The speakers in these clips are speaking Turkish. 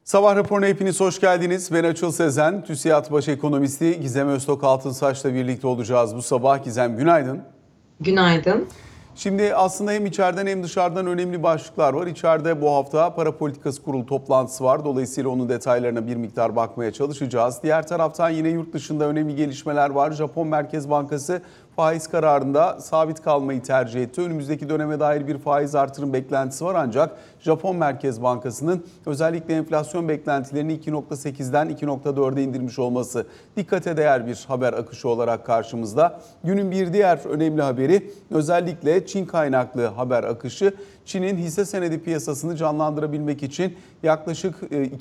Sabah raporuna hepiniz hoş geldiniz. Ben Açıl Sezen, TÜSİAD Baş Ekonomisti Gizem Öztok Altınsaç'la birlikte olacağız bu sabah. Gizem, günaydın. Günaydın. Şimdi aslında hem içeriden hem dışarıdan önemli başlıklar var. İçeride bu hafta Para Politikası Kurulu toplantısı var. Dolayısıyla onun detaylarına bir miktar bakmaya çalışacağız. Diğer taraftan yine yurt dışında önemli gelişmeler var. Japon Merkez Bankası faiz kararında sabit kalmayı tercih etti. Önümüzdeki döneme dair bir faiz artırım beklentisi var ancak Japon Merkez Bankası'nın özellikle enflasyon beklentilerini 2.8'den 2.4'e indirmiş olması dikkate değer bir haber akışı olarak karşımızda. Günün bir diğer önemli haberi özellikle Çin kaynaklı haber akışı. Çin'in hisse senedi piyasasını canlandırabilmek için yaklaşık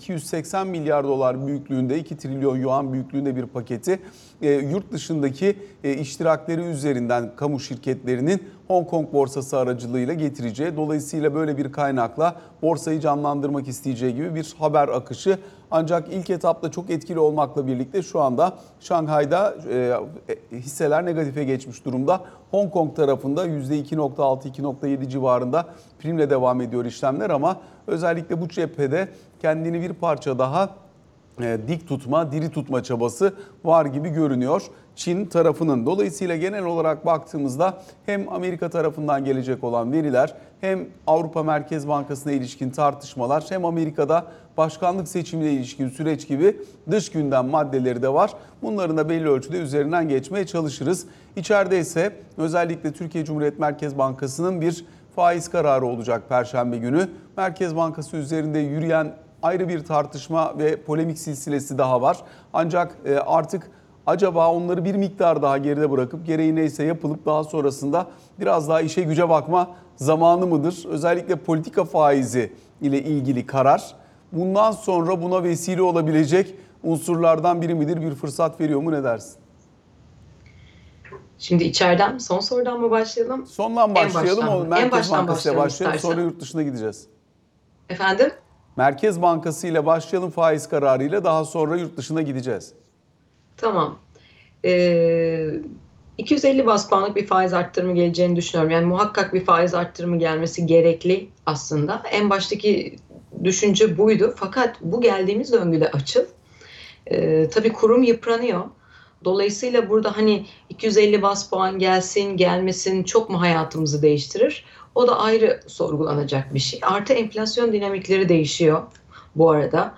280 milyar dolar büyüklüğünde, 2 trilyon yuan büyüklüğünde bir paketi yurt dışındaki iştirakleri üzerinden kamu şirketlerinin Hong Kong borsası aracılığıyla getireceği, dolayısıyla böyle bir kaynakla borsayı canlandırmak isteyeceği gibi bir haber akışı. Ancak ilk etapta çok etkili olmakla birlikte şu anda Şanghay'da hisseler negatife geçmiş durumda. Hong Kong tarafında %2.6-2.7 civarında primle devam ediyor işlemler ama özellikle bu cephede kendini bir parça daha dik tutma, diri tutma çabası var gibi görünüyor Çin tarafının. Dolayısıyla genel olarak baktığımızda hem Amerika tarafından gelecek olan veriler hem Avrupa Merkez Bankası'na ilişkin tartışmalar hem Amerika'da başkanlık seçimine ilişkin süreç gibi dış gündem maddeleri de var. Bunların da belli ölçüde üzerinden geçmeye çalışırız. İçeride ise özellikle Türkiye Cumhuriyet Merkez Bankası'nın bir faiz kararı olacak Perşembe günü. Merkez Bankası üzerinde yürüyen ayrı bir tartışma ve polemik silsilesi daha var. Ancak artık acaba onları bir miktar daha geride bırakıp gereği neyse yapılıp daha sonrasında biraz daha işe güce bakma zamanı mıdır? Özellikle politika faizi ile ilgili karar bundan sonra buna vesile olabilecek unsurlardan biri midir? Bir fırsat veriyor mu? Ne dersin? Şimdi içeriden son sorudan mı başlayalım? Sondan başlayalım. En Merkez baştan Bankası ile başlayalım. istersen. Sonra yurt dışına gideceğiz. Efendim? Merkez Bankası ile başlayalım faiz kararıyla, daha sonra yurt dışına gideceğiz. Tamam. 250 bas puanlık bir faiz arttırımı geleceğini düşünüyorum. Yani muhakkak bir faiz arttırımı gelmesi gerekli aslında. En baştaki düşünce buydu. Fakat bu geldiğimiz döngüde Açıl. Tabii kurum yıpranıyor. Dolayısıyla burada hani 250 bas puan gelsin gelmesin çok mu hayatımızı değiştirir? O da ayrı sorgulanacak bir şey. Artı enflasyon dinamikleri değişiyor bu arada.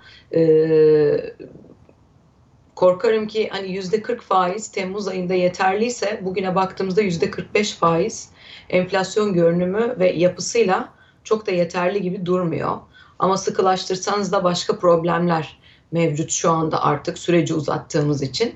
Korkarım ki hani %40 faiz Temmuz ayında yeterliyse bugüne baktığımızda %45 faiz enflasyon görünümü ve yapısıyla çok da yeterli gibi durmuyor. Ama sıkılaştırsanız da başka problemler mevcut şu anda artık süreci uzattığımız için.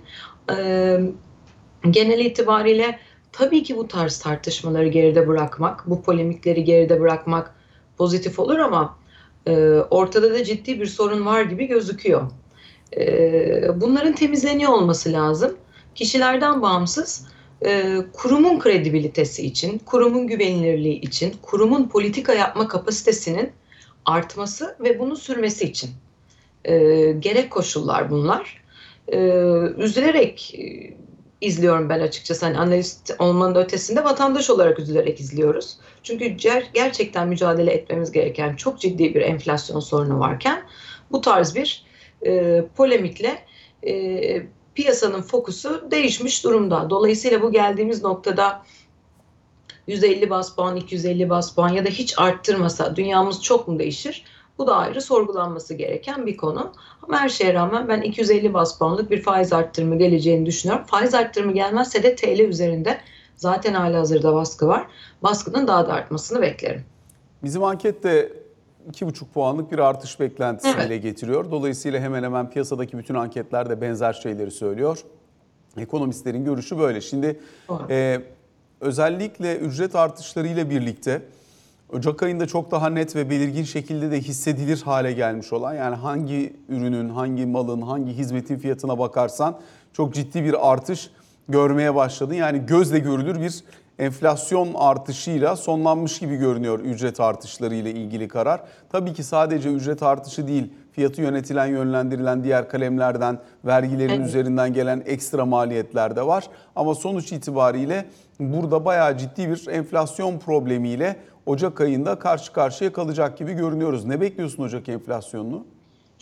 Genel itibariyle tabii ki bu tarz tartışmaları geride bırakmak, bu polemikleri geride bırakmak pozitif olur ama ortada da ciddi bir sorun var gibi gözüküyor. Bunların temizleniyor olması lazım. Kişilerden bağımsız kurumun kredibilitesi için, kurumun güvenilirliği için, kurumun politika yapma kapasitesinin artması ve bunu sürmesi için gerek koşullar bunlar. Üzülerek izliyorum ben açıkçası. Hani analist olmanın ötesinde vatandaş olarak üzülerek izliyoruz. Çünkü gerçekten mücadele etmemiz gereken çok ciddi bir enflasyon sorunu varken bu tarz bir polemikle piyasanın fokusu değişmiş durumda. Dolayısıyla bu geldiğimiz noktada 150 bas puan, 250 bas puan ya da hiç arttırmasa dünyamız çok mu değişir? Bu da ayrı sorgulanması gereken bir konu. Ama her şeye rağmen ben 250 bas puanlık bir faiz arttırımı geleceğini düşünüyorum. Faiz arttırımı gelmezse de TL üzerinde zaten halihazırda baskı var. Baskının daha da artmasını beklerim. Bizim ankette 2,5 puanlık bir artış beklentisiyle getiriyor. Dolayısıyla hemen hemen piyasadaki bütün anketler de benzer şeyleri söylüyor. Ekonomistlerin görüşü böyle. Şimdi özellikle ücret artışlarıyla birlikte Ocak ayında çok daha net ve belirgin şekilde de hissedilir hale gelmiş olan, yani hangi ürünün, hangi malın, hangi hizmetin fiyatına bakarsan çok ciddi bir artış görmeye başladın. Yani gözle görülür bir enflasyon artışıyla sonlanmış gibi görünüyor ücret artışları ile ilgili karar. Tabii ki sadece ücret artışı değil, fiyatı yönetilen, yönlendirilen diğer kalemlerden, vergilerin üzerinden gelen ekstra maliyetler de var. Ama sonuç itibariyle burada bayağı ciddi bir enflasyon problemiyle Ocak ayında karşı karşıya kalacak gibi görünüyoruz. Ne bekliyorsun Ocak enflasyonunu?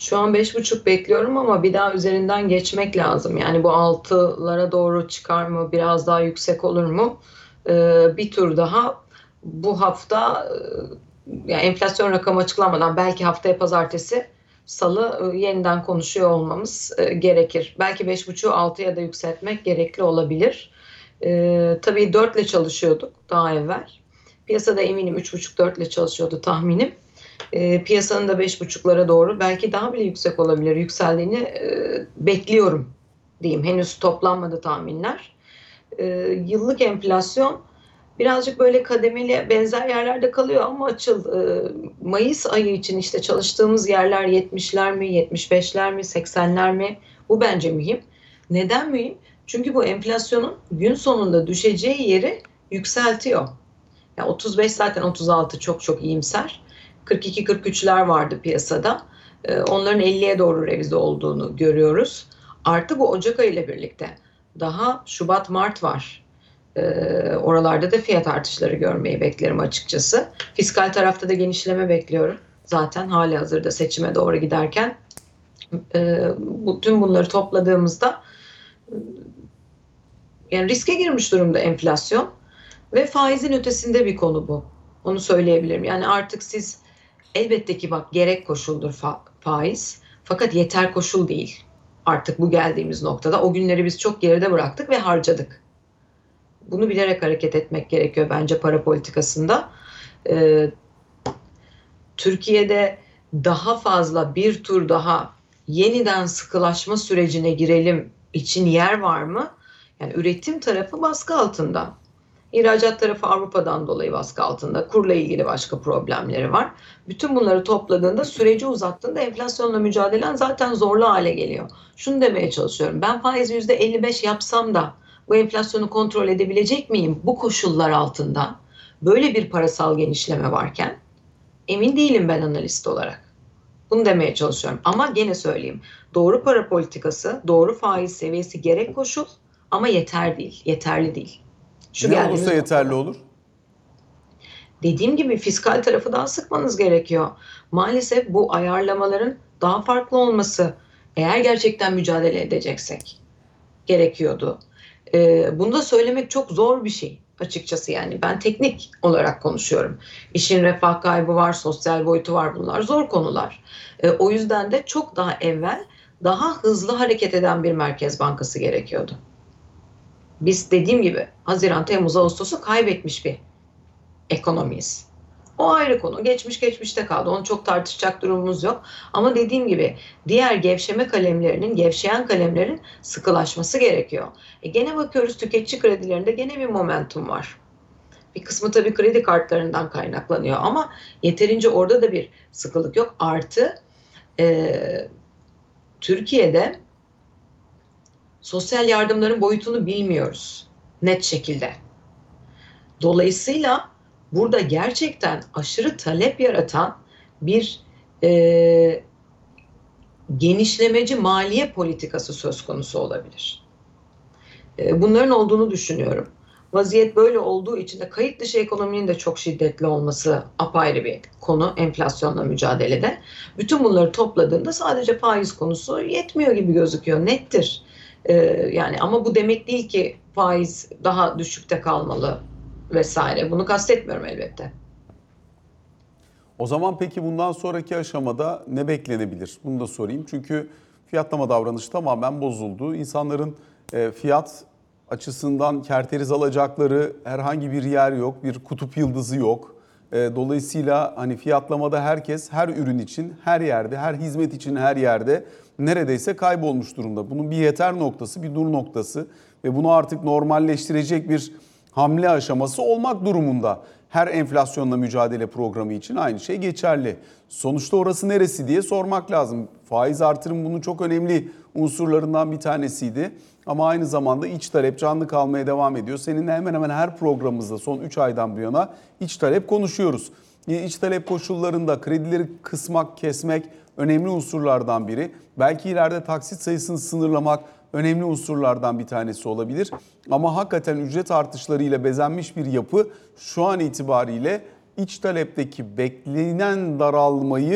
Şu an 5,5 bekliyorum ama bir daha üzerinden geçmek lazım. Yani bu 6'lara doğru çıkar mı, biraz daha yüksek olur mu? Bir tur daha bu hafta, yani enflasyon rakamı açıklanmadan belki haftaya pazartesi, salı yeniden konuşuyor olmamız gerekir. Belki 5,5'u 6'ya da yükseltmek gerekli olabilir. Tabii 4 ile çalışıyorduk daha evvel. Piyasada eminim 3,5-4 ile çalışıyordu tahminim. Piyasanın da 5,5'lara doğru belki daha bile yüksek olabilir. Yükseldiğini bekliyorum diyeyim. Henüz toplanmadı tahminler. Yıllık enflasyon birazcık böyle kademeli benzer yerlerde kalıyor ama Mayıs ayı için işte çalıştığımız yerler 70'ler mi, 75'ler mi, 80'ler mi? Bu bence mühim. Neden mühim? Çünkü bu enflasyonun gün sonunda düşeceği yeri yükseltiyor. Yani 35 zaten 36 çok çok iyimser. 42-43'ler vardı piyasada. Onların 50'ye doğru revize olduğunu görüyoruz. Artı bu Ocak ayı ile birlikte daha Şubat, Mart var. Oralarda da fiyat artışları görmeyi beklerim açıkçası. Fiskal tarafta da genişleme bekliyorum. Zaten hali hazırda seçime doğru giderken tüm bunları topladığımızda yani riske girmiş durumda enflasyon ve faizin ötesinde bir konu bu. Onu söyleyebilirim. Yani artık siz elbette ki bak gerek koşuldur faiz fakat yeter koşul değil. Artık bu geldiğimiz noktada o günleri biz çok geride bıraktık ve harcadık. Bunu bilerek hareket etmek gerekiyor bence para politikasında. Türkiye'de daha fazla bir tur daha yeniden sıkılaşma sürecine girelim için yer var mı? Yani üretim tarafı baskı altında. İhracat tarafı Avrupa'dan dolayı baskı altında. Kurla ilgili başka problemleri var. Bütün bunları topladığında, süreci uzattığında enflasyonla mücadelen zaten zorlu hale geliyor. Şunu demeye çalışıyorum. Ben faizi %55 yapsam da bu enflasyonu kontrol edebilecek miyim bu koşullar altında? Böyle bir parasal genişleme varken emin değilim ben analist olarak. Bunu demeye çalışıyorum. Ama gene söyleyeyim. Doğru para politikası, doğru faiz seviyesi gerek koşul ama yeter değil, yeterli değil. Ne olursa yeterli olur? Dediğim gibi fiskal tarafı daha sıkmanız gerekiyor. Maalesef bu ayarlamaların daha farklı olması, eğer gerçekten mücadele edeceksek, gerekiyordu. Bunu da söylemek çok zor bir şey açıkçası, yani ben teknik olarak konuşuyorum. İşin refah kaybı var, sosyal boyutu var, bunlar zor konular. O yüzden de çok daha evvel daha hızlı hareket eden bir Merkez Bankası gerekiyordu. Biz dediğim gibi Haziran, Temmuz, Ağustos'u kaybetmiş bir ekonomiyiz. O ayrı konu. Geçmiş geçmişte kaldı. Onu çok tartışacak durumumuz yok. Ama dediğim gibi diğer gevşeyen kalemlerin sıkılaşması gerekiyor. Gene bakıyoruz tüketici kredilerinde gene bir momentum var. Bir kısmı tabii kredi kartlarından kaynaklanıyor ama yeterince orada da bir sıkılık yok. Artı Türkiye'de sosyal yardımların boyutunu bilmiyoruz net şekilde. Dolayısıyla burada gerçekten aşırı talep yaratan bir genişlemeci maliye politikası söz konusu olabilir. Bunların olduğunu düşünüyorum. Vaziyet böyle olduğu için de kayıt dışı ekonominin de çok şiddetli olması apayrı bir konu enflasyonla mücadelede. Bütün bunları topladığında sadece faiz konusu yetmiyor gibi gözüküyor, nettir. Yani ama bu demek değil ki faiz daha düşükte kalmalı vesaire. Bunu kastetmiyorum elbette. O zaman peki bundan sonraki aşamada ne beklenebilir? Bunu da sorayım. Çünkü fiyatlama davranışı tamamen bozuldu. İnsanların fiyat açısından kerteriz alacakları herhangi bir yer yok, bir kutup yıldızı yok. Dolayısıyla hani fiyatlamada herkes her ürün için her yerde, her hizmet için her yerde neredeyse kaybolmuş durumda. Bunun bir yeter noktası, bir dur noktası ve bunu artık normalleştirecek bir hamle aşaması olmak durumunda. Her enflasyonla mücadele programı için aynı şey geçerli. Sonuçta orası neresi diye sormak lazım. Faiz artırım bunun çok önemli unsurlarından bir tanesiydi. Ama aynı zamanda iç talep canlı kalmaya devam ediyor. Seninle hemen hemen her programımızda son 3 aydan bu yana iç talep konuşuyoruz. İç talep koşullarında kredileri kısmak, kesmek önemli unsurlardan biri. Belki ileride taksit sayısını sınırlamak önemli unsurlardan bir tanesi olabilir. Ama hakikaten ücret artışlarıyla bezenmiş bir yapı şu an itibariyle iç talepteki beklenen daralmayı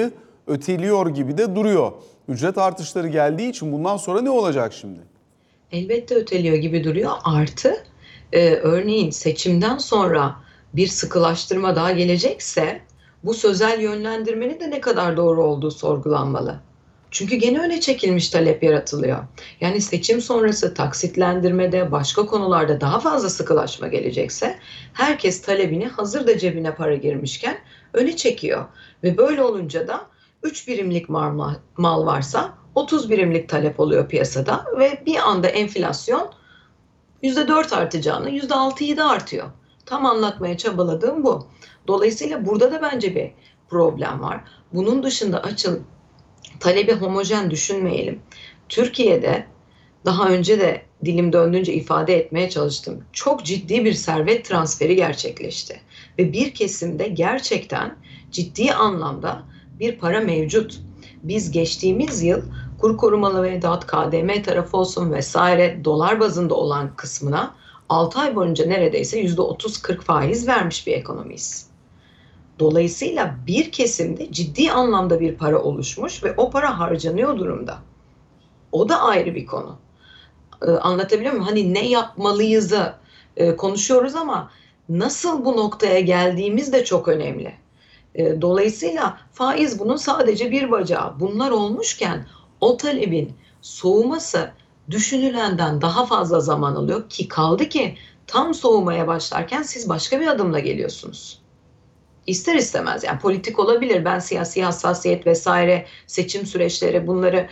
öteliyor gibi de duruyor. Ücret artışları geldiği için bundan sonra ne olacak şimdi? Elbette öteliyor gibi duruyor. Artı örneğin seçimden sonra bir sıkılaştırma daha gelecekse bu sözel yönlendirmenin de ne kadar doğru olduğu sorgulanmalı. Çünkü gene öne çekilmiş talep yaratılıyor. Yani seçim sonrası taksitlendirmede, başka konularda daha fazla sıkılaşma gelecekse herkes talebini hazır da cebine para girmişken öne çekiyor. Ve böyle olunca da 3 birimlik mal varsa 30 birimlik talep oluyor piyasada ve bir anda enflasyon %4 artacağını %6-7 artıyor. Tam anlatmaya çabaladığım bu. Dolayısıyla burada da bence bir problem var. Bunun dışında talebi homojen düşünmeyelim. Türkiye'de daha önce de dilim döndüğünce ifade etmeye çalıştım. Çok ciddi bir servet transferi gerçekleşti. Ve bir kesimde gerçekten ciddi anlamda bir para mevcut. Biz geçtiğimiz yıl kur korumalı mevduat, KDM tarafı olsun vesaire dolar bazında olan kısmına 6 ay boyunca neredeyse %30-40 faiz vermiş bir ekonomiyiz. Dolayısıyla bir kesimde ciddi anlamda bir para oluşmuş ve o para harcanıyor durumda. O da ayrı bir konu. Anlatabiliyor muyum? Hani ne yapmalıyızı konuşuyoruz ama nasıl bu noktaya geldiğimiz de çok önemli. Dolayısıyla faiz bunun sadece bir bacağı. Bunlar olmuşken o talebin soğuması düşünülenden daha fazla zaman alıyor ki kaldı ki tam soğumaya başlarken siz başka bir adımla geliyorsunuz. İster istemez yani politik olabilir. Ben siyasi hassasiyet vesaire seçim süreçleri bunları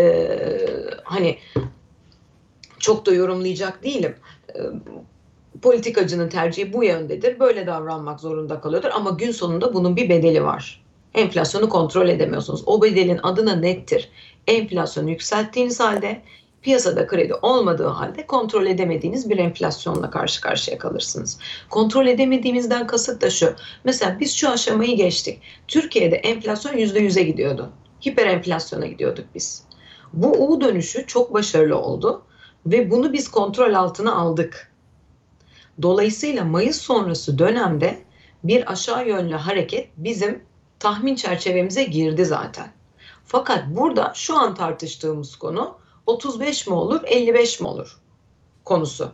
hani çok da yorumlayacak değilim. Politikacının tercihi bu yöndedir. Böyle davranmak zorunda kalıyordur ama gün sonunda bunun bir bedeli var. Enflasyonu kontrol edemiyorsunuz. O bedelin adı nettir. Enflasyonu yükselttiğiniz halde piyasada kredi olmadığı halde kontrol edemediğiniz bir enflasyonla karşı karşıya kalırsınız. Kontrol edemediğimizden kasıt da şu. Mesela biz şu aşamayı geçtik. Türkiye'de enflasyon %100'e gidiyordu. Hiper enflasyona gidiyorduk biz. Bu U dönüşü çok başarılı oldu ve bunu biz kontrol altına aldık. Dolayısıyla Mayıs sonrası dönemde bir aşağı yönlü hareket bizim tahmin çerçevemize girdi zaten. Fakat burada şu an tartıştığımız konu 35 mi olur 55 mi olur konusu.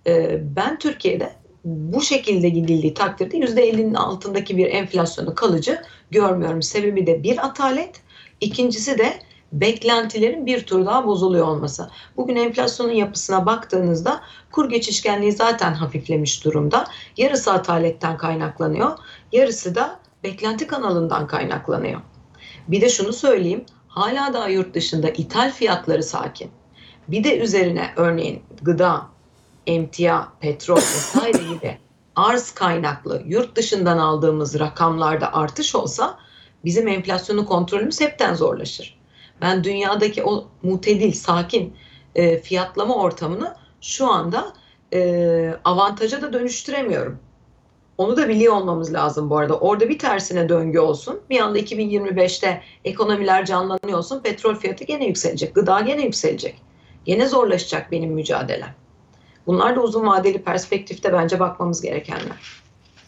Ben Türkiye'de bu şekilde gidildiği takdirde %50'nin altındaki bir enflasyonu kalıcı görmüyorum. Sebebi de bir atalet, ikincisi de beklentilerin bir tur daha bozuluyor olması. Bugün enflasyonun yapısına baktığınızda kur geçişkenliği zaten hafiflemiş durumda. Yarısı ataletten kaynaklanıyor, yarısı da beklenti kanalından kaynaklanıyor. Bir de şunu söyleyeyim, hala daha yurt dışında ithal fiyatları sakin. Bir de üzerine örneğin gıda, emtia, petrol vesaire gibi arz kaynaklı yurt dışından aldığımız rakamlarda artış olsa bizim enflasyonu kontrolümüz hepten zorlaşır. Ben dünyadaki o mutedil, sakin fiyatlama ortamını şu anda avantaja da dönüştüremiyorum. Onu da biliyor olmamız lazım bu arada. Orada bir tersine döngü olsun. Bir anda 2025'te ekonomiler canlanıyor olsun. Petrol fiyatı gene yükselecek. Gıda gene yükselecek. Gene zorlaşacak benim mücadelem. Bunlar da uzun vadeli perspektifte bence bakmamız gerekenler.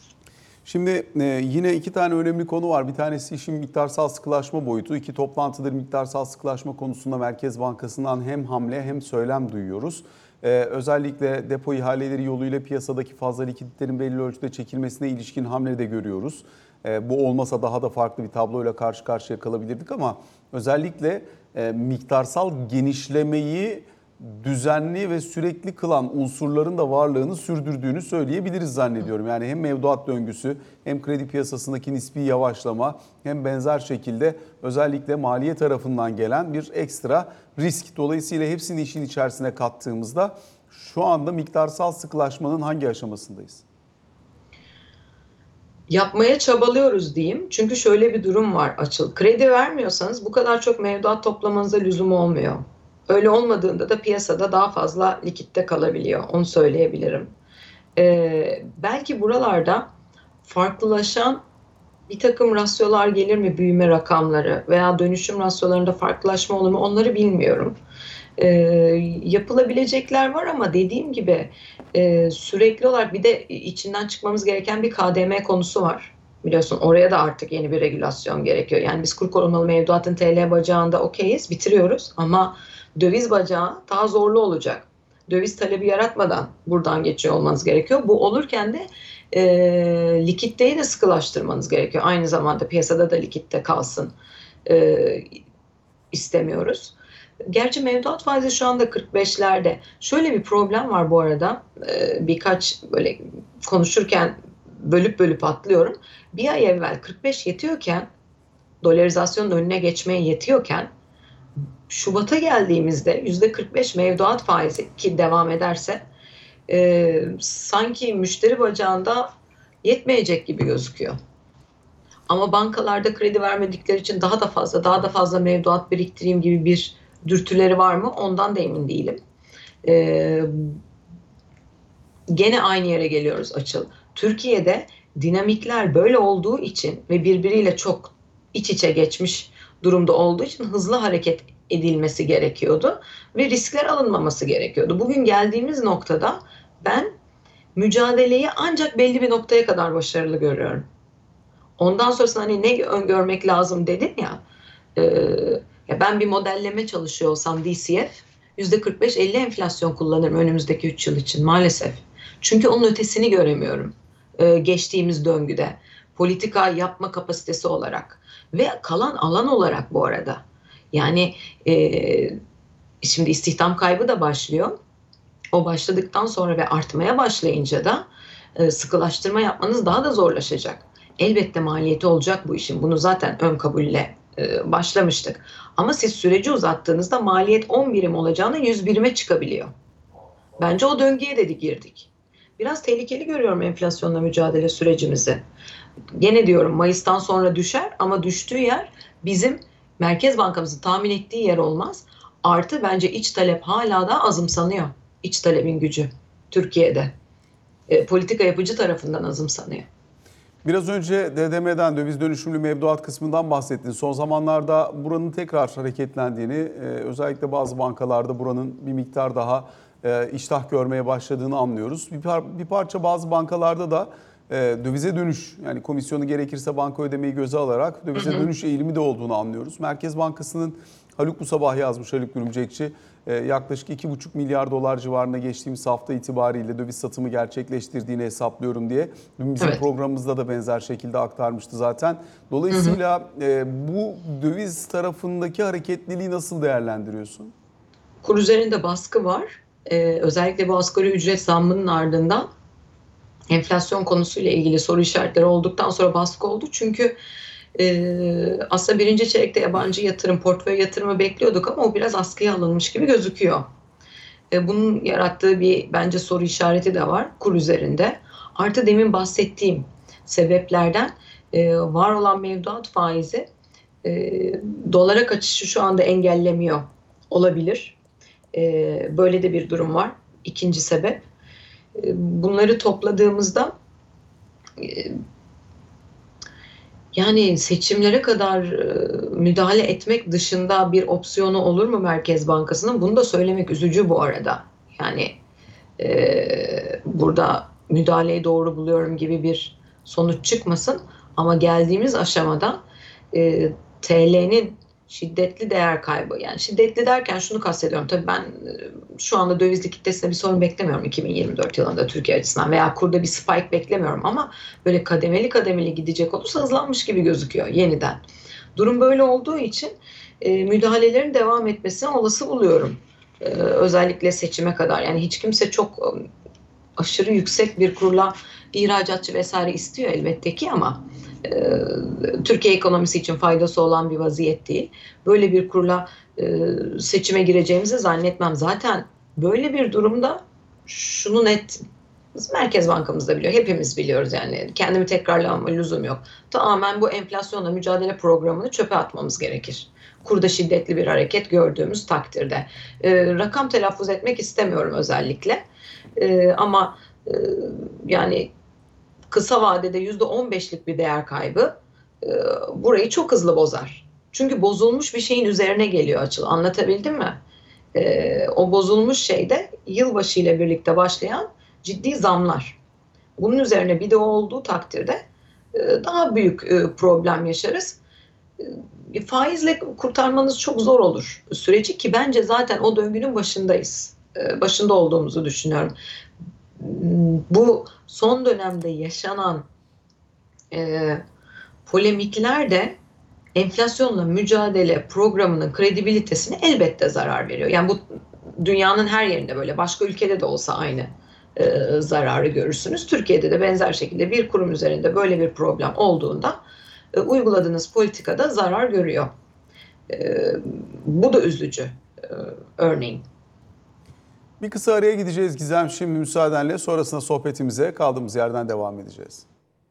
Şimdi yine iki tane önemli konu var. Bir tanesi işin miktarsal sıkılaşma boyutu. İki toplantıdır miktarsal sıkılaşma konusunda Merkez Bankası'ndan hem hamle hem söylem duyuyoruz. Özellikle depo ihaleleri yoluyla piyasadaki fazla likiditlerin belli ölçüde çekilmesine ilişkin hamle de görüyoruz. Bu olmasa daha da farklı bir tabloyla karşı karşıya kalabilirdik ama özellikle miktarsal genişlemeyi düzenli ve sürekli kılan unsurların da varlığını sürdürdüğünü söyleyebiliriz zannediyorum. Yani hem mevduat döngüsü hem kredi piyasasındaki nispi yavaşlama hem benzer şekilde özellikle maliye tarafından gelen bir ekstra risk. Dolayısıyla hepsini işin içerisine kattığımızda şu anda miktarsal sıkılaşmanın hangi aşamasındayız? Yapmaya çabalıyoruz diyeyim. Çünkü şöyle bir durum var Açıl. Kredi vermiyorsanız bu kadar çok mevduat toplamanıza lüzum olmuyor. Öyle olmadığında da piyasada daha fazla likitte kalabiliyor. Onu söyleyebilirim. Belki buralarda farklılaşan bir takım rasyolar gelir mi, büyüme rakamları veya dönüşüm rasyolarında farklılaşma olur mu onları bilmiyorum. Yapılabilecekler var ama dediğim gibi sürekli olarak bir de içinden çıkmamız gereken bir KDM konusu var. Biliyorsun oraya da artık yeni bir regülasyon gerekiyor. Yani biz kur korumalı mevduatın TL bacağında okeyiz, bitiriyoruz ama döviz bacağı daha zorlu olacak. Döviz talebi yaratmadan buradan geçiyor olmanız gerekiyor. Bu olurken de likiditeyi de sıkılaştırmanız gerekiyor. Aynı zamanda piyasada da likitte kalsın istemiyoruz. Gerçi mevduat faizi şu anda 45'lerde. Şöyle bir problem var bu arada. Birkaç böyle konuşurken bölüp bölüp atlıyorum. Bir ay evvel 45 yetiyorken, dolarizasyonun önüne geçmeye yetiyorken Şubat'a geldiğimizde %45 mevduat faizi ki devam ederse sanki müşteri bacağında yetmeyecek gibi gözüküyor. Ama bankalarda kredi vermedikleri için daha da fazla mevduat biriktireyim gibi bir dürtüleri var mı? Ondan da emin değilim. Ee, Gene aynı yere geliyoruz Açıl. Türkiye'de dinamikler böyle olduğu için ve birbiriyle çok iç içe geçmiş durumda olduğu için hızlı hareket edilmesi gerekiyordu ve riskler alınmaması gerekiyordu. Bugün geldiğimiz noktada ben mücadeleyi ancak belli bir noktaya kadar başarılı görüyorum. Ondan sonrasında hani ne öngörmek lazım dedin ya, e, ya ben bir modelleme çalışıyor olsam DCF %45-50 enflasyon kullanırım önümüzdeki 3 yıl için maalesef. Çünkü onun ötesini göremiyorum geçtiğimiz döngüde. Politika yapma kapasitesi olarak ve kalan alan olarak bu arada. Yani şimdi istihdam kaybı da başlıyor. O başladıktan sonra ve artmaya başlayınca da sıkılaştırma yapmanız daha da zorlaşacak. Elbette maliyeti olacak bu işin. Bunu zaten ön kabulle başlamıştık. Ama siz süreci uzattığınızda maliyet 10 birim olacağına 100 birime çıkabiliyor. Bence o döngüye de girdik. Biraz tehlikeli görüyorum enflasyonla mücadele sürecimizi. Gene diyorum Mayıs'tan sonra düşer ama düştüğü yer bizim Merkez Bankamızın tahmin ettiği yer olmaz. Artı bence iç talep hala da azımsanıyor. İç talebin gücü Türkiye'de. Politika yapıcı tarafından azımsanıyor. Biraz önce DDM'den, döviz dönüşümlü mevduat kısmından bahsettin. Son zamanlarda buranın tekrar hareketlendiğini, özellikle bazı bankalarda buranın bir miktar daha iştah görmeye başladığını anlıyoruz. Bir parça bazı bankalarda da dövize dönüş, yani komisyonu gerekirse banka ödemeyi göze alarak dövize dönüş eğilimi de olduğunu anlıyoruz. Merkez Bankası'nın Haluk bu sabah yazmış, Haluk Gülümcekçi, yaklaşık 2,5 milyar dolar civarında geçtiğimiz hafta itibariyle döviz satımı gerçekleştirdiğini hesaplıyorum diye. Dün bizim programımızda da benzer şekilde aktarmıştı zaten. Dolayısıyla bu döviz tarafındaki hareketliliği nasıl değerlendiriyorsun? Kur üzerinde baskı var. Özellikle bu asgari ücret zammının ardından enflasyon konusuyla ilgili soru işaretleri olduktan sonra baskı oldu. Çünkü aslında birinci çeyrekte yabancı yatırım, portföy yatırımı bekliyorduk ama o biraz askıya alınmış gibi gözüküyor. Bunun yarattığı bir bence soru işareti de var kur üzerinde. Artı demin bahsettiğim sebeplerden var olan mevduat faizi dolara kaçışı şu anda engellemiyor olabilir. Böyle de bir durum var. İkinci sebep. Bunları topladığımızda yani seçimlere kadar müdahale etmek dışında bir opsiyonu olur mu Merkez Bankası'nın? Bunu da söylemek üzücü bu arada. Yani burada müdahaleyi doğru buluyorum gibi bir sonuç çıkmasın. Ama geldiğimiz aşamada TL'nin şiddetli değer kaybı, yani şiddetli derken şunu kastediyorum. Tabii ben şu anda döviz likiditesinde bir sorun beklemiyorum 2024 yılında Türkiye açısından veya kurda bir spike beklemiyorum ama böyle kademeli kademeli gidecek olursa hızlanmış gibi gözüküyor yeniden. Durum böyle olduğu için müdahalelerin devam etmesini olası buluyorum. Özellikle seçime kadar. Yani hiç kimse çok aşırı yüksek bir kurla ihracatçı vesaire istiyor elbette ki ama Türkiye ekonomisi için faydası olan bir vaziyet değil. Böyle bir kurla seçime gireceğimizi zannetmem. Zaten böyle bir durumda şunu net Merkez Bankamız da biliyor. Hepimiz biliyoruz yani. Kendimi tekrarlamama lüzum yok. Tamamen bu enflasyonla mücadele programını çöpe atmamız gerekir. Kurda şiddetli bir hareket gördüğümüz takdirde. Rakam telaffuz etmek istemiyorum özellikle. Ama yani kısa vadede %15'lik bir değer kaybı burayı çok hızlı bozar. Çünkü bozulmuş bir şeyin üzerine geliyor Açıl. Anlatabildim mi? O bozulmuş şeyde yılbaşı ile birlikte başlayan ciddi zamlar. Bunun üzerine bir de olduğu takdirde daha büyük problem yaşarız. Faizle kurtarmanız çok zor olur süreci, ki bence zaten o döngünün başındayız. Başında olduğumuzu düşünüyorum. Bu son dönemde yaşanan polemikler de enflasyonla mücadele programının kredibilitesine elbette zarar veriyor. Yani bu dünyanın her yerinde böyle. Başka ülkede de olsa aynı zararı görürsünüz. Türkiye'de de benzer şekilde bir kurum üzerinde böyle bir problem olduğunda uyguladığınız politikada zarar görüyor. Bu da üzücü örneğin. Bir kısa araya gideceğiz Gizem, şimdi müsaadenle. Sonrasında sohbetimize kaldığımız yerden devam edeceğiz.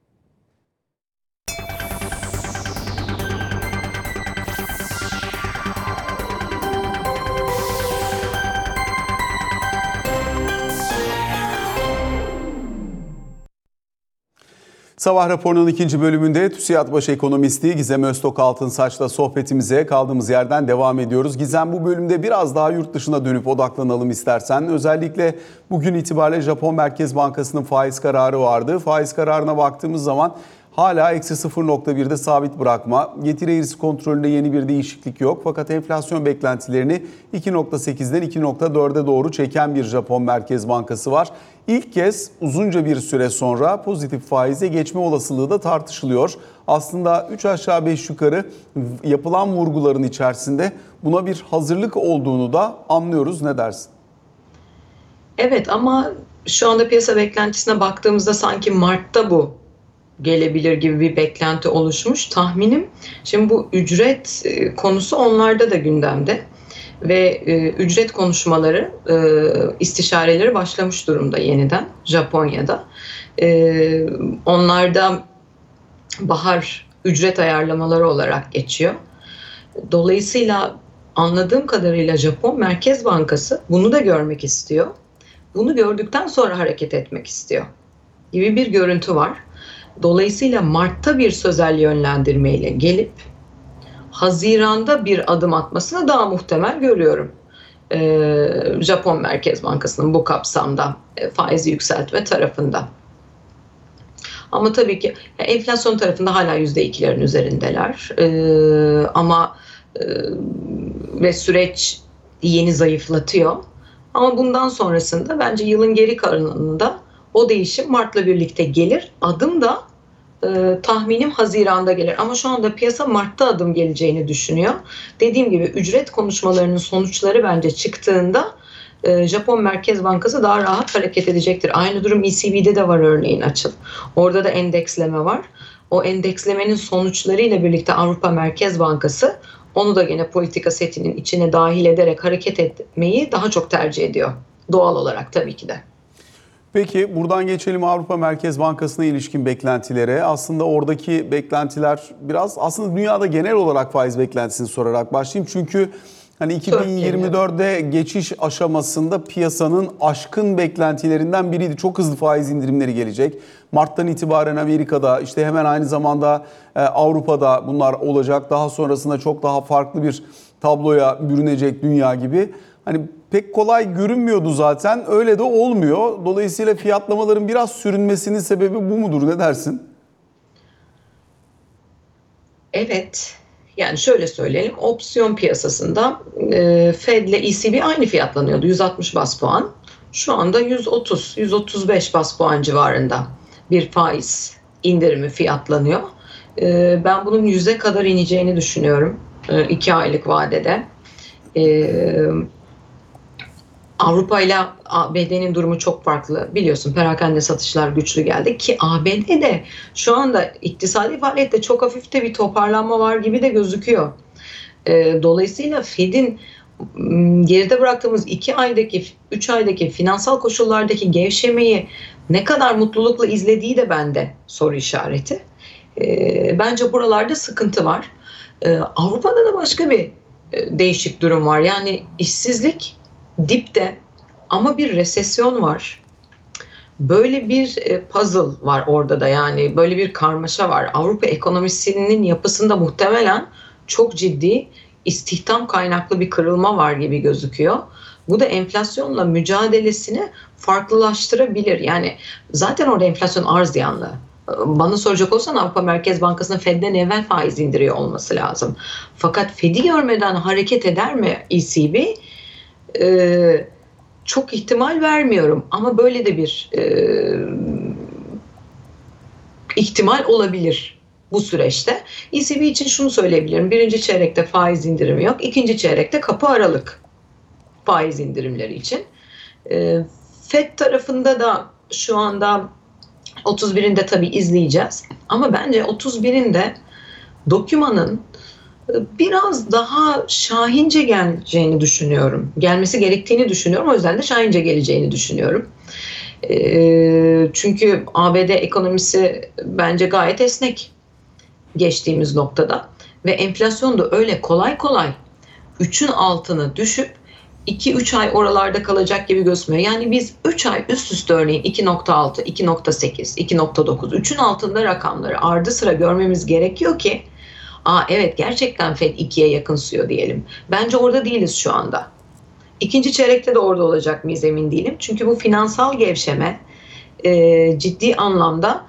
Sabah raporunun ikinci bölümünde TÜSİAD Baş Ekonomisti Gizem Öztok Altınsaç'la sohbetimize kaldığımız yerden devam ediyoruz. Gizem, bu bölümde biraz daha yurt dışına dönüp odaklanalım istersen. Özellikle bugün itibariyle Japon Merkez Bankası'nın faiz kararı vardı. Faiz kararına baktığımız zaman hala eksi 0.1'de sabit bırakma. Getiri eğrisi kontrolünde yeni bir değişiklik yok. Fakat enflasyon beklentilerini 2.8'den 2.4'e doğru çeken bir Japon Merkez Bankası var. İlk kez uzunca bir süre sonra pozitif faize geçme olasılığı da tartışılıyor. Aslında 3 aşağı 5 yukarı yapılan vurguların içerisinde buna bir hazırlık olduğunu da anlıyoruz. Ne dersin? Evet, ama şu anda piyasa beklentisine baktığımızda sanki Mart'ta bu gelebilir gibi bir beklenti oluşmuş. Tahminim, şimdi bu ücret konusu onlarda da gündemde ve ücret konuşmaları, istişareleri başlamış durumda yeniden Japonya'da. Onlarda bahar ücret ayarlamaları olarak geçiyor. Dolayısıyla anladığım kadarıyla Japon Merkez Bankası bunu da görmek istiyor. Bunu gördükten sonra hareket etmek istiyor gibi bir görüntü var. Dolayısıyla Mart'ta bir sözel yönlendirmeyle gelip Haziran'da bir adım atmasını daha muhtemel görüyorum. Japon Merkez Bankası'nın bu kapsamda faizi yükseltme tarafında. Ama tabii ki enflasyon tarafında hala %2'lerin üzerindeler. Ama ve süreç yeni zayıflatıyor. Ama bundan sonrasında bence yılın geri kalanında o değişim Mart'la birlikte gelir. Adım da tahminim Haziran'da gelir. Ama şu anda piyasa Mart'ta adım geleceğini düşünüyor. Dediğim gibi ücret konuşmalarının sonuçları bence çıktığında Japon Merkez Bankası daha rahat hareket edecektir. Aynı durum ECB'de de var örneğin, Açıl. Orada da endeksleme var. O endekslemenin sonuçlarıyla birlikte Avrupa Merkez Bankası onu da gene politika setinin içine dahil ederek hareket etmeyi daha çok tercih ediyor. Doğal olarak tabii ki de. Peki buradan geçelim Avrupa Merkez Bankası'na ilişkin beklentilere. Aslında oradaki beklentiler biraz aslında dünyada genel olarak faiz beklentisini sorarak başlayayım. Çünkü hani 2024'de geçiş aşamasında piyasanın aşkın beklentilerinden biriydi. Çok hızlı faiz indirimleri gelecek. Mart'tan itibaren Amerika'da, işte hemen aynı zamanda Avrupa'da bunlar olacak. Daha sonrasında çok daha farklı bir tabloya bürünecek dünya gibi. Hani pek kolay görünmüyordu zaten. Öyle de olmuyor. Dolayısıyla fiyatlamaların biraz sürünmesinin sebebi bu mudur? Ne dersin? Evet. Yani şöyle söyleyelim, opsiyon piyasasında Fed ile ECB aynı fiyatlanıyordu. 160 bas puan. Şu anda 130-135 bas puan civarında bir faiz indirimi fiyatlanıyor. Ben bunun 100'e kadar ineceğini düşünüyorum 2 aylık vadede. Avrupa ile ABD'nin durumu çok farklı. Biliyorsun, perakende satışlar güçlü geldi ki ABD'de şu anda iktisadi faaliyette çok hafif de bir toparlanma var gibi de gözüküyor. Dolayısıyla Fed'in geride bıraktığımız 2 aydaki, 3 aydaki finansal koşullardaki gevşemeyi ne kadar mutlulukla izlediği de bende soru işareti. Bence buralarda sıkıntı var. Avrupa'da da başka bir değişik durum var. Yani işsizlik dipte ama bir resesyon var. Böyle bir puzzle var orada da, yani böyle bir karmaşa var. Avrupa ekonomisinin yapısında muhtemelen çok ciddi istihdam kaynaklı bir kırılma var gibi gözüküyor. Bu da enflasyonla mücadelesini farklılaştırabilir. Yani zaten orada enflasyon arz yanlı. Bana soracak olsan Avrupa Merkez Bankası'nın Fed'den evvel faiz indiriyor olması lazım. Fakat Fed'i görmeden hareket eder mi ECB? Çok ihtimal vermiyorum ama böyle de bir ihtimal olabilir bu süreçte. ECB için şunu söyleyebilirim. Birinci çeyrekte faiz indirimi yok. İkinci çeyrekte kapı aralık faiz indirimleri için. Fed tarafında da şu anda 31'inde tabii izleyeceğiz. Ama bence 31'inde dokümanın biraz daha şahince geleceğini düşünüyorum. Gelmesi gerektiğini düşünüyorum. O yüzden de şahince geleceğini düşünüyorum. Çünkü ABD ekonomisi bence gayet esnek geçtiğimiz noktada. Ve enflasyon da öyle kolay kolay 3'ün altına düşüp 2-3 ay oralarda kalacak gibi gözükmüyor. Yani biz 3 ay üst üste örneğin 2.6, 2.8, 2.9, 3'ün altında rakamları ardı sıra görmemiz gerekiyor ki evet gerçekten Fed 2'ye yakınsıyor diyelim. Bence orada değiliz şu anda. İkinci çeyrekte de orada olacak mıyız emin değilim. Çünkü bu finansal gevşeme ciddi anlamda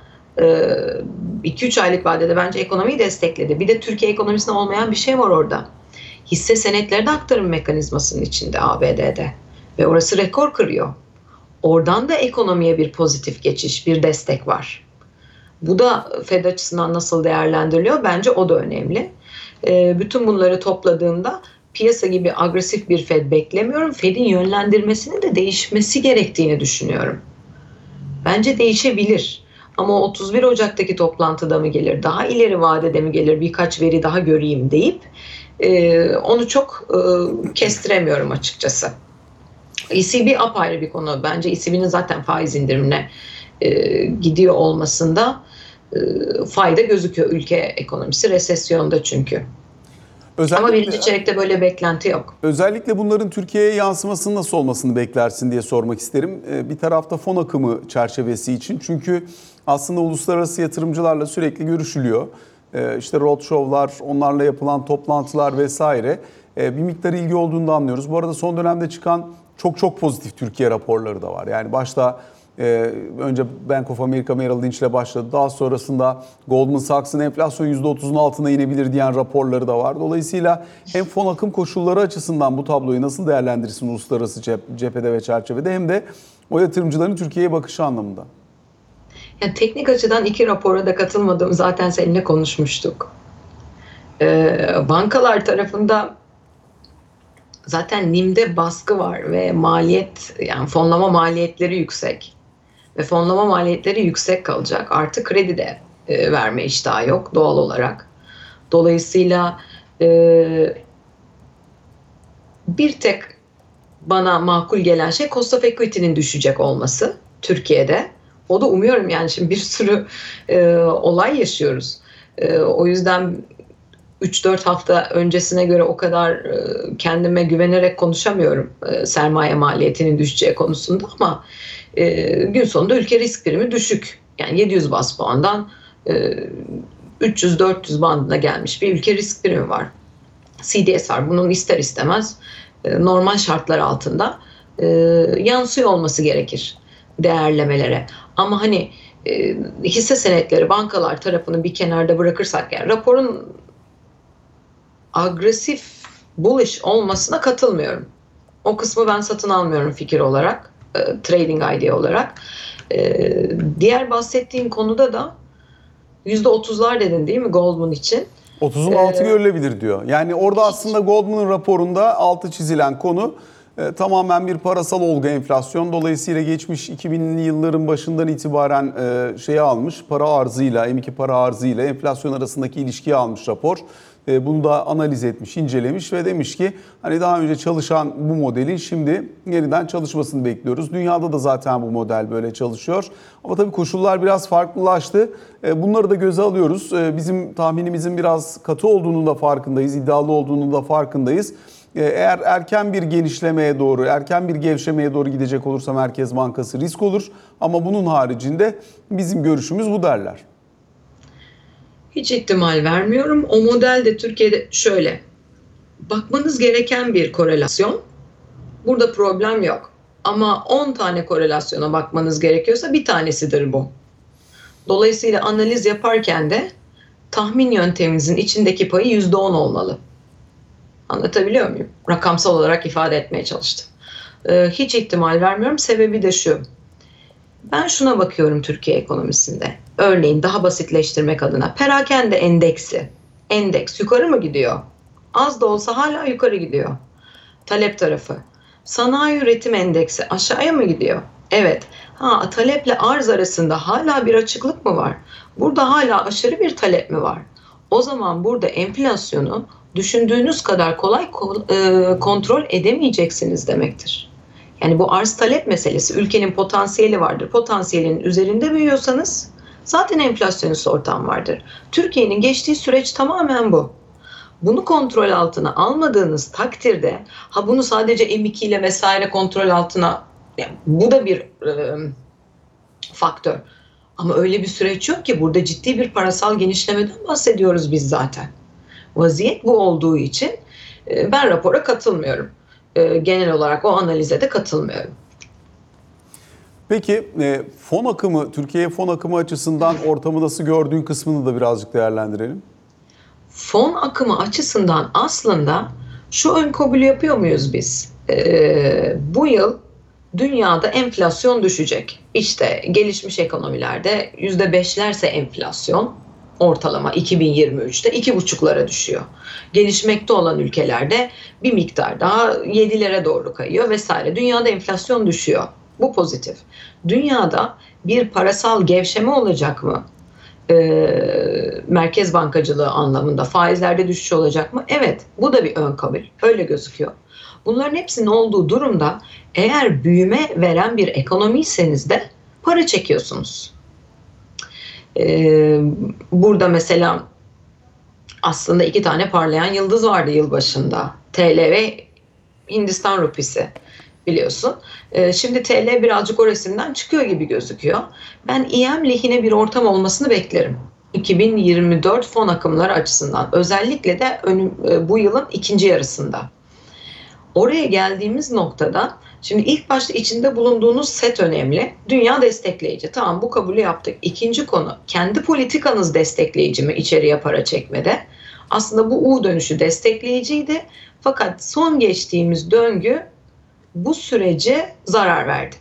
2-3 aylık vadede bence ekonomiyi destekledi. Bir de Türkiye ekonomisinde olmayan bir şey var orada. Hisse senetleri de aktarım mekanizmasının içinde ABD'de ve orası rekor kırıyor. Oradan da ekonomiye bir pozitif geçiş, bir destek var. Bu da Fed açısından nasıl değerlendiriliyor? Bence o da önemli. Bütün bunları topladığımda piyasa gibi agresif bir Fed beklemiyorum. Fed'in yönlendirmesinin de değişmesi gerektiğini düşünüyorum. Bence değişebilir. Ama 31 Ocak'taki toplantıda mı gelir, daha ileri vadede mi gelir, birkaç veri daha göreyim deyip onu çok kestiremiyorum açıkçası. ECB apayrı bir konu. Bence ECB'nin zaten faiz indirimine gidiyor olmasında fayda gözüküyor. Ülke ekonomisi resesyonda çünkü. Ama birinci çeyrekte böyle beklenti yok. Özellikle bunların Türkiye'ye yansımasının nasıl olmasını beklersin diye sormak isterim. Bir tarafta fon akımı çerçevesi için. Çünkü aslında uluslararası yatırımcılarla sürekli görüşülüyor. İşte roadshow'lar, onlarla yapılan toplantılar vesaire. Bir miktar ilgi olduğunu da anlıyoruz. Bu arada son dönemde çıkan çok pozitif Türkiye raporları da var. Yani başta önce Bank of America Merrill Lynch ile başladı. Daha sonrasında Goldman Sachs'ın enflasyon %30'un altına inebilir diyen raporları da var. Dolayısıyla hem fon akım koşulları açısından bu tabloyu nasıl değerlendirirsin uluslararası cephede ve çerçevede hem de o yatırımcıların Türkiye'ye bakışı anlamında. Yani teknik açıdan iki rapora da katılmadım. Zaten seninle konuşmuştuk. Bankalar tarafında zaten NIM'de baskı var ve maliyet, yani fonlama maliyetleri yüksek. Ve fonlama maliyetleri yüksek kalacak. Artık kredi de verme iştahı yok doğal olarak. Dolayısıyla bir tek bana makul gelen şey cost of equity'nin düşecek olması Türkiye'de. O da umuyorum, yani şimdi bir sürü olay yaşıyoruz. O yüzden 3-4 hafta öncesine göre o kadar kendime güvenerek konuşamıyorum sermaye maliyetinin düşeceği konusunda, ama gün sonunda ülke risk primi düşük. Yani 700 bas puandan 300-400 bandına gelmiş bir ülke risk primi var. CDS var. Bunun ister istemez normal şartlar altında yansıyor olması gerekir değerlemelere. Ama hani hisse senetleri, bankalar tarafını bir kenarda bırakırsak, yani raporun agresif bullish olmasına katılmıyorum. O kısmı ben satın almıyorum fikir olarak, trading idea olarak. Diğer bahsettiğin konuda da %30'lar dedin değil mi Goldman için? 30'un altı görülebilir diyor. Yani orada aslında Goldman'ın raporunda altı çizilen konu tamamen bir parasal olgu enflasyon. Dolayısıyla geçmiş 2000'li yılların başından itibaren şeyi almış, para arzıyla, M2 para arzıyla enflasyon arasındaki ilişkiyi almış rapor. Bunu da analiz etmiş, incelemiş ve demiş ki hani daha önce çalışan bu modelin şimdi yeniden çalışmasını bekliyoruz. Dünyada da zaten bu model böyle çalışıyor. Ama tabii koşullar biraz farklılaştı. Bunları da göze alıyoruz. Bizim tahminimizin biraz katı olduğunun da farkındayız, iddialı olduğunun da farkındayız. Eğer erken bir genişlemeye doğru, erken bir gevşemeye doğru gidecek olursa Merkez Bankası risk olur. Ama bunun haricinde bizim görüşümüz bu derler. Hiç ihtimal vermiyorum. O model de Türkiye'de şöyle. Bakmanız gereken bir korelasyon. Burada problem yok. Ama 10 tane korelasyona bakmanız gerekiyorsa bir tanesidir bu. Dolayısıyla analiz yaparken de tahmin yöntemimizin içindeki payı %10 olmalı. Anlatabiliyor muyum? Rakamsal olarak ifade etmeye çalıştım. Hiç ihtimal vermiyorum. Sebebi de şu. Ben şuna bakıyorum Türkiye ekonomisinde. Örneğin daha basitleştirmek adına perakende endeksi. Endeks yukarı mı gidiyor? Az da olsa hala yukarı gidiyor. Talep tarafı. Sanayi üretim endeksi aşağıya mı gidiyor? Evet. Taleple arz arasında hala bir açıklık mı var? Burada hala aşırı bir talep mi var? O zaman burada enflasyonu düşündüğünüz kadar kolay kontrol edemeyeceksiniz demektir. Yani bu arz talep meselesi, ülkenin potansiyeli vardır. Potansiyelinin üzerinde büyüyorsanız zaten enflasyonist ortam vardır. Türkiye'nin geçtiği süreç tamamen bu. Bunu kontrol altına almadığınız takdirde, bunu sadece M2 ile vesaire kontrol altına, yani bu da bir faktör. Ama öyle bir süreç yok ki, burada ciddi bir parasal genişlemeden bahsediyoruz biz zaten. Vaziyet bu olduğu için ben rapora katılmıyorum. Genel olarak o analize de katılmıyorum. Peki fon akımı, Türkiye'ye fon akımı açısından ortamı nasıl gördüğün kısmını da birazcık değerlendirelim. Fon akımı açısından aslında şu ön kabul yapıyor muyuz biz? Bu yıl dünyada enflasyon düşecek. İşte gelişmiş ekonomilerde %5'lerse enflasyon ortalama 2023'te 2,5'lara düşüyor. Gelişmekte olan ülkelerde bir miktar daha 7'lere doğru kayıyor vesaire. Dünyada enflasyon düşüyor. Bu pozitif. Dünyada bir parasal gevşeme olacak mı? Merkez bankacılığı anlamında faizlerde düşüş olacak mı? Evet, bu da bir ön kabul. Öyle gözüküyor. Bunların hepsinin olduğu durumda eğer büyüme veren bir ekonomiyseniz de para çekiyorsunuz. Burada mesela aslında 2 tane parlayan yıldız vardı yılbaşında. TL ve Hindistan rupisi, biliyorsun. Şimdi TL birazcık o resimden çıkıyor gibi gözüküyor. Ben EM lehine bir ortam olmasını beklerim. 2024 fon akımları açısından. Özellikle de bu yılın ikinci yarısında. Oraya geldiğimiz noktada, şimdi ilk başta içinde bulunduğunuz set önemli. Dünya destekleyici. Tamam, bu kabulü yaptık. İkinci konu, kendi politikanız destekleyici mi içeriye para çekmede? Aslında bu U dönüşü destekleyiciydi. Fakat son geçtiğimiz döngü bu sürece zarar verdi.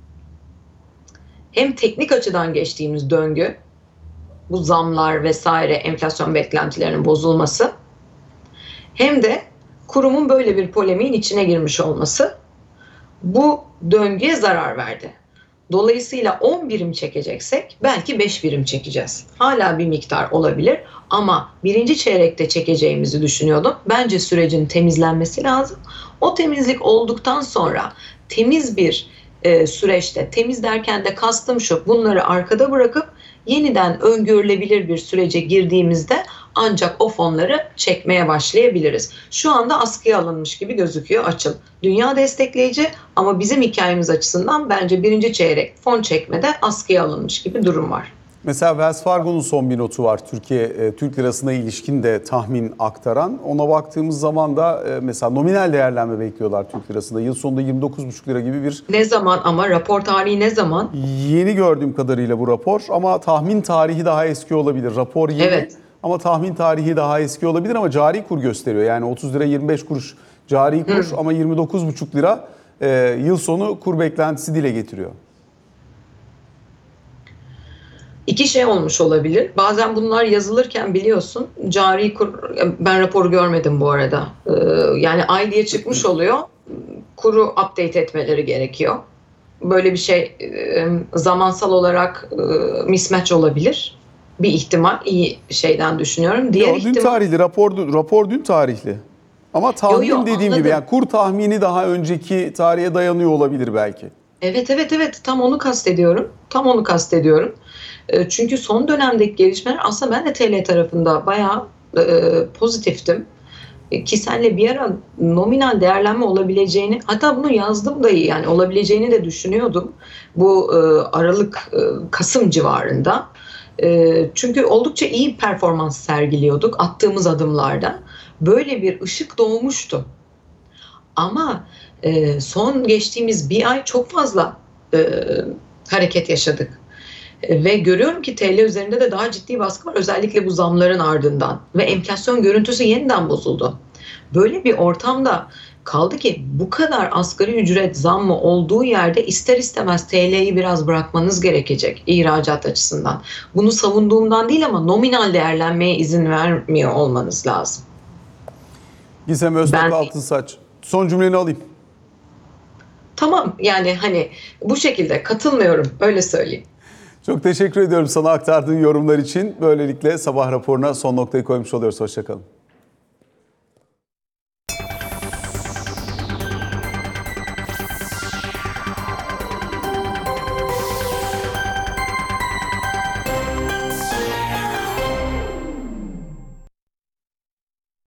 Hem teknik açıdan geçtiğimiz döngü, bu zamlar vesaire, enflasyon beklentilerinin bozulması, hem de kurumun böyle bir polemiğin içine girmiş olması bu döngüye zarar verdi. Dolayısıyla 10 birim çekeceksek belki 5 birim çekeceğiz. Hala bir miktar olabilir ama birinci çeyrekte çekeceğimizi düşünüyordum. Bence sürecin temizlenmesi lazım. O temizlik olduktan sonra temiz bir süreçte, temiz derken de kastım şu, bunları arkada bırakıp yeniden öngörülebilir bir sürece girdiğimizde ancak o fonları çekmeye başlayabiliriz. Şu anda askıya alınmış gibi gözüküyor açıl. Dünya destekleyici ama bizim hikayemiz açısından bence birinci çeyrek fon çekmede askıya alınmış gibi durum var. Mesela Wells Fargo'nun son bir notu var, Türk lirasına ilişkin de tahmin aktaran. Ona baktığımız zaman da mesela nominal değerlenme bekliyorlar Türk lirasında. Yıl sonunda 29,5 lira gibi bir... Ne zaman ama rapor tarihi ne zaman? Yeni gördüğüm kadarıyla bu rapor ama tahmin tarihi daha eski olabilir. Rapor yeni, evet, ama tahmin tarihi daha eski olabilir ama cari kur gösteriyor. Yani 30 lira 25 kuruş cari kur ama 29,5 lira yıl sonu kur beklentisi dile getiriyor. İki şey olmuş olabilir. Bazen bunlar yazılırken biliyorsun cari kur, ben raporu görmedim bu arada. Yani ay diye çıkmış oluyor. Kuru update etmeleri gerekiyor. Böyle bir şey zamansal olarak mismatch olabilir. Bir ihtimal, iyi şeyden düşünüyorum. Diğer dün tarihli rapor dün tarihli. Ama tahmin dediğim anladım. gibi yani kur tahmini daha önceki tarihe dayanıyor olabilir belki. Evet, tam onu kastediyorum. Çünkü son dönemdeki gelişmeler, aslında ben de TL tarafında bayağı pozitiftim. Ki senle bir ara nominal değerlenme olabileceğini, hatta bunu yazdım dahi, yani olabileceğini de düşünüyordum. Bu Aralık, Kasım civarında. Çünkü oldukça iyi performans sergiliyorduk attığımız adımlarda. Böyle bir ışık doğmuştu. Ama son geçtiğimiz bir ay çok fazla hareket yaşadık. Ve görüyorum ki TL üzerinde de daha ciddi baskı var. Özellikle bu zamların ardından. Ve enflasyon görüntüsü yeniden bozuldu. Böyle bir ortamda kaldı ki bu kadar asgari ücret zammı olduğu yerde ister istemez TL'yi biraz bırakmanız gerekecek ihracat açısından. Bunu savunduğumdan değil ama nominal değerlenmeye izin vermiyor olmanız lazım. Gizem Öztok Ben Altınsaç. Son cümleni alayım. tamam, yani hani bu şekilde katılmıyorum, öyle söyleyeyim. Çok teşekkür ediyorum sana aktardığın yorumlar için. Böylelikle sabah raporuna son noktayı koymuş oluyoruz. Hoşça kalın.